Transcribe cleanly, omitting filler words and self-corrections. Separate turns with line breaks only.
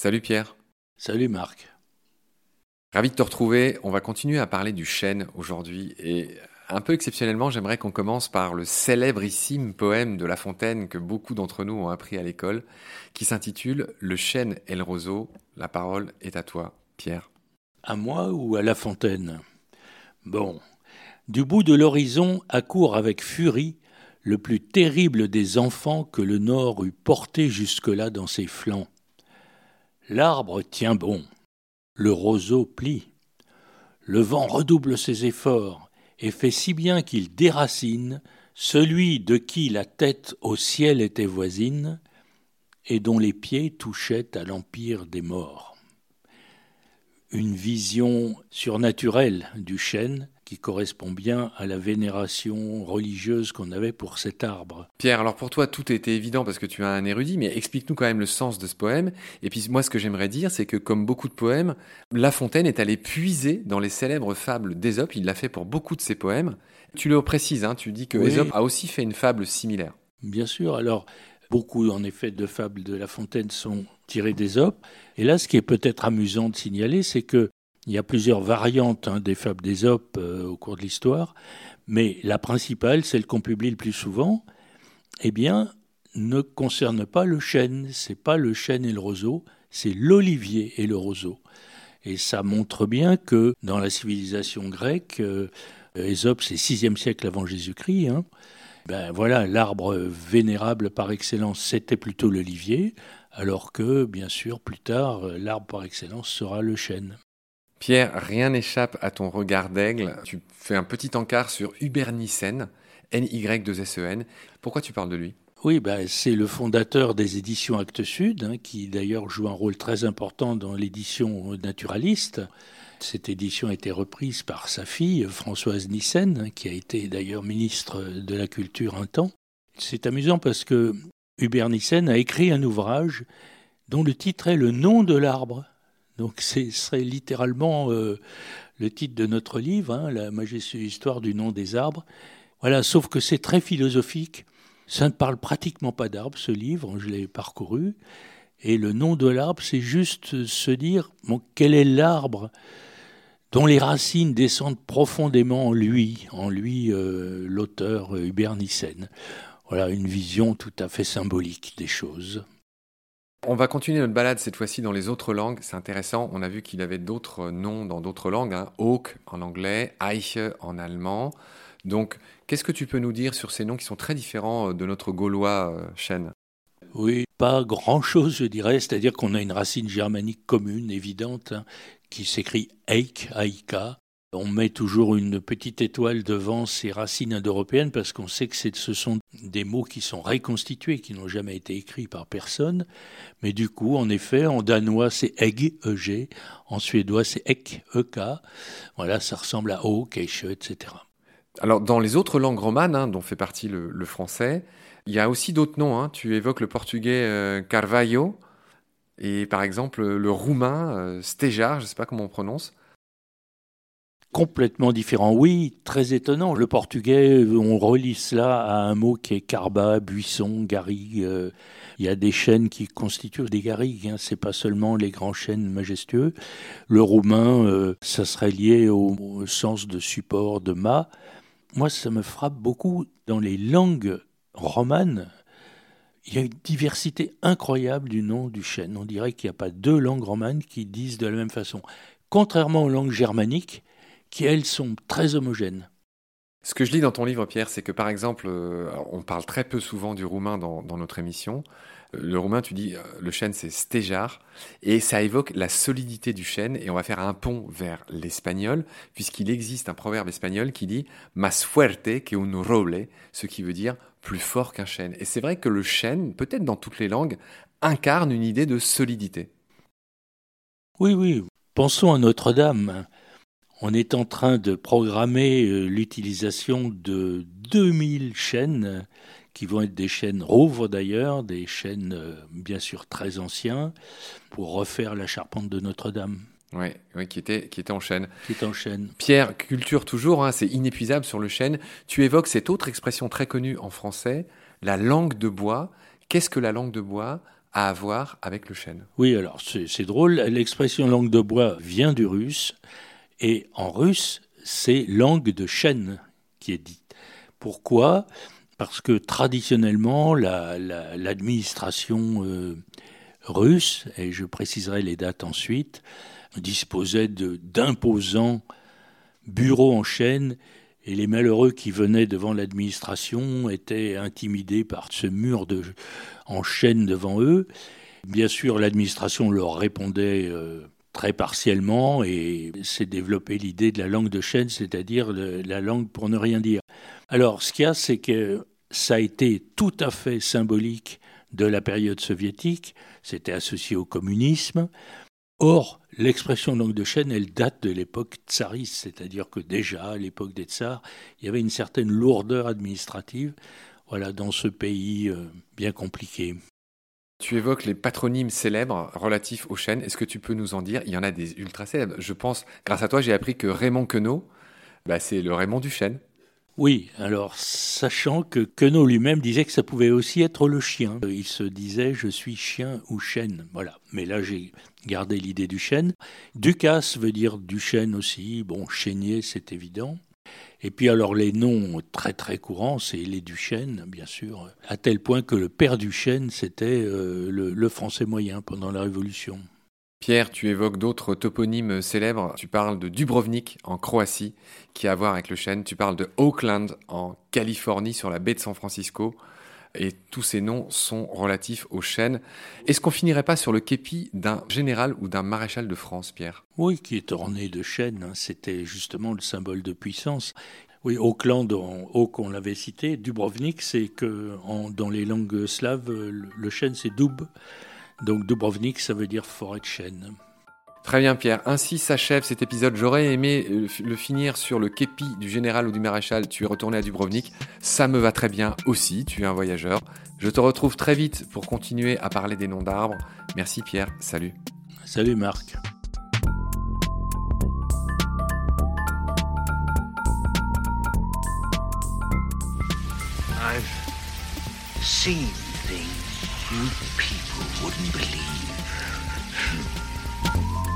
Salut Pierre.
Salut Marc.
Ravi de te retrouver. On va continuer à parler du chêne aujourd'hui et un peu exceptionnellement, j'aimerais qu'on commence par le célébrissime poème de La Fontaine que beaucoup d'entre nous ont appris à l'école, qui s'intitule Le chêne et le roseau. La parole est à toi, Pierre.
À moi ou à La Fontaine? Bon. Du bout de l'horizon accourt avec furie le plus terrible des enfants que le Nord eût porté jusque-là dans ses flancs. L'arbre tient bon, le roseau plie. Le vent redouble ses efforts et fait si bien qu'il déracine celui de qui la tête au ciel était voisine et dont les pieds touchaient à l'empire des morts. Une vision surnaturelle du chêne qui correspond bien à la vénération religieuse qu'on avait pour cet arbre.
Pierre, alors pour toi, tout était évident parce que tu es un érudit, mais explique-nous quand même le sens de ce poème. Et puis moi, ce que j'aimerais dire, c'est que comme beaucoup de poèmes, La Fontaine est allé puiser dans les célèbres fables d'Ésope. Il l'a fait pour beaucoup de ses poèmes. Tu le précises, tu dis que
Oui.
Ésope a aussi fait une fable similaire.
Bien sûr, alors beaucoup en effet de fables de La Fontaine sont tirées d'Ésope. Et là, ce qui est peut-être amusant de signaler, c'est que il y a plusieurs variantes des fables d'Ésope au cours de l'histoire, mais la principale, celle qu'on publie le plus souvent, eh bien, ne concerne pas le chêne. C'est pas le chêne et le roseau, c'est l'olivier et le roseau. Et ça montre bien que dans la civilisation grecque, Ésope, c'est 6e siècle avant Jésus-Christ, ben voilà, l'arbre vénérable par excellence, c'était plutôt l'olivier, alors que, bien sûr, plus tard, l'arbre par excellence sera le chêne.
Pierre, rien n'échappe à ton regard d'aigle. Tu fais un petit encart sur Hubert Nyssen, N-Y-2-S-E-N. Pourquoi tu parles de lui ?
Oui, c'est le fondateur des éditions Actes Sud, qui d'ailleurs joue un rôle très important dans l'édition naturaliste. Cette édition a été reprise par sa fille, Françoise Nyssen, qui a été d'ailleurs ministre de la Culture un temps. C'est amusant parce que Hubert Nyssen a écrit un ouvrage dont le titre est « Le nom de l'arbre ». Donc ce serait littéralement le titre de notre livre, La majestueuse histoire du nom des arbres. Voilà, sauf que c'est très philosophique. Ça ne parle pratiquement pas d'arbres, ce livre, je l'ai parcouru. Et le nom de l'arbre, c'est juste se dire quel est l'arbre dont les racines descendent profondément en lui, l'auteur Hubert Nyssen. Voilà, une vision tout à fait symbolique des choses.
On va continuer notre balade cette fois-ci dans les autres langues. C'est intéressant, on a vu qu'il avait d'autres noms dans d'autres langues. Oak en anglais, Eiche en allemand. Donc, qu'est-ce que tu peux nous dire sur ces noms qui sont très différents de notre gaulois chêne ?
Oui, pas grand-chose, je dirais. C'est-à-dire qu'on a une racine germanique commune, évidente, qui s'écrit Eik, Aïka. On met toujours une petite étoile devant ces racines indo-européennes parce qu'on sait que ce sont des mots qui sont reconstitués, qui n'ont jamais été écrits par personne. Mais du coup, en effet, en danois, c'est Egg, E-G. En suédois, c'est Ek, E-K. Voilà, ça ressemble à O, Keishe, etc.
Alors, dans les autres langues romanes, dont fait partie le français, il y a aussi d'autres noms. Tu évoques le portugais Carvalho et par exemple le roumain Stejar, je ne sais pas comment on prononce.
Complètement différent, oui, très étonnant. Le portugais, on relie cela à un mot qui est carba, buisson, garrigue. Il y a des chênes qui constituent des garrigues, c'est pas seulement les grands chênes majestueux. Le roumain, ça serait lié au sens de support, de mât. Moi, ça me frappe beaucoup dans les langues romanes. Il y a une diversité incroyable du nom du chêne. On dirait qu'il n'y a pas deux langues romanes qui disent de la même façon. Contrairement aux langues germaniques, qui, elles, sont très homogènes.
Ce que je lis dans ton livre, Pierre, c'est que, par exemple, on parle très peu souvent du roumain dans notre émission. Le roumain, tu dis, le chêne, c'est stejar, et ça évoque la solidité du chêne, et on va faire un pont vers l'espagnol, puisqu'il existe un proverbe espagnol qui dit « más fuerte que un roble », ce qui veut dire « plus fort qu'un chêne ». Et c'est vrai que le chêne, peut-être dans toutes les langues, incarne une idée de solidité.
Oui, pensons à Notre-Dame. On est en train de programmer l'utilisation de 2000 chênes, qui vont être des chênes rouvres d'ailleurs, des chênes bien sûr très anciens, pour refaire la charpente de Notre-Dame.
Oui, qui était en chêne.
Qui est en chêne.
Pierre, culture toujours, c'est inépuisable sur le chêne. Tu évoques cette autre expression très connue en français, la langue de bois. Qu'est-ce que la langue de bois ? à avoir avec le chêne.
Oui, alors c'est drôle, l'expression langue de bois vient du russe, et en russe, c'est langue de chêne qui est dite. Pourquoi ? Parce que traditionnellement, l'administration russe, et je préciserai les dates ensuite, disposait d'imposants bureaux en chêne, et les malheureux qui venaient devant l'administration étaient intimidés par ce mur en chêne devant eux. Bien sûr, l'administration leur répondait très partiellement, et s'est développée l'idée de la langue de chêne, c'est-à-dire la langue pour ne rien dire. Alors, ce qu'il y a, c'est que ça a été tout à fait symbolique de la période soviétique, c'était associé au communisme. Or, l'expression langue de chêne, elle date de l'époque tsariste, c'est-à-dire que déjà, à l'époque des tsars, il y avait une certaine lourdeur administrative, dans ce pays bien compliqué.
Tu évoques les patronymes célèbres relatifs au chêne. Est-ce que tu peux nous en dire ? Il y en a des ultra célèbres. Je pense, grâce à toi, j'ai appris que Raymond Queneau, c'est le Raymond du chêne.
Oui, alors sachant que Queneau lui-même disait que ça pouvait aussi être le chien. Il se disait « je suis chien ou chêne ». Voilà, mais là j'ai gardé l'idée du chêne. Ducasse veut dire du chêne aussi, chénier c'est évident. Et puis alors les noms très très courants, c'est les Duchesne, bien sûr, à tel point que le père Duchesne, c'était le français moyen pendant la Révolution.
Pierre, tu évoques d'autres toponymes célèbres. Tu parles de Dubrovnik en Croatie, qui a à voir avec le chêne. Tu parles de Oakland en Californie, sur la baie de San Francisco. Et tous ces noms sont relatifs au chêne. Est-ce qu'on finirait pas sur le képi d'un général ou d'un maréchal de France, Pierre ?
Oui, qui est orné de chêne. C'était justement le symbole de puissance. Oui, Oakland, Oak, on l'avait cité. Dubrovnik, c'est que dans les langues slaves, le chêne, c'est Dub. Donc Dubrovnik, ça veut dire forêt de chêne.
Très bien Pierre, ainsi s'achève cet épisode. J'aurais aimé le finir sur le képi du général ou du maréchal. Tu es retourné à Dubrovnik, ça me va très bien aussi, tu es un voyageur. Je te retrouve très vite pour continuer à parler des noms d'arbres. Merci Pierre, salut.
Salut Marc.
I've seen things you people wouldn't believe.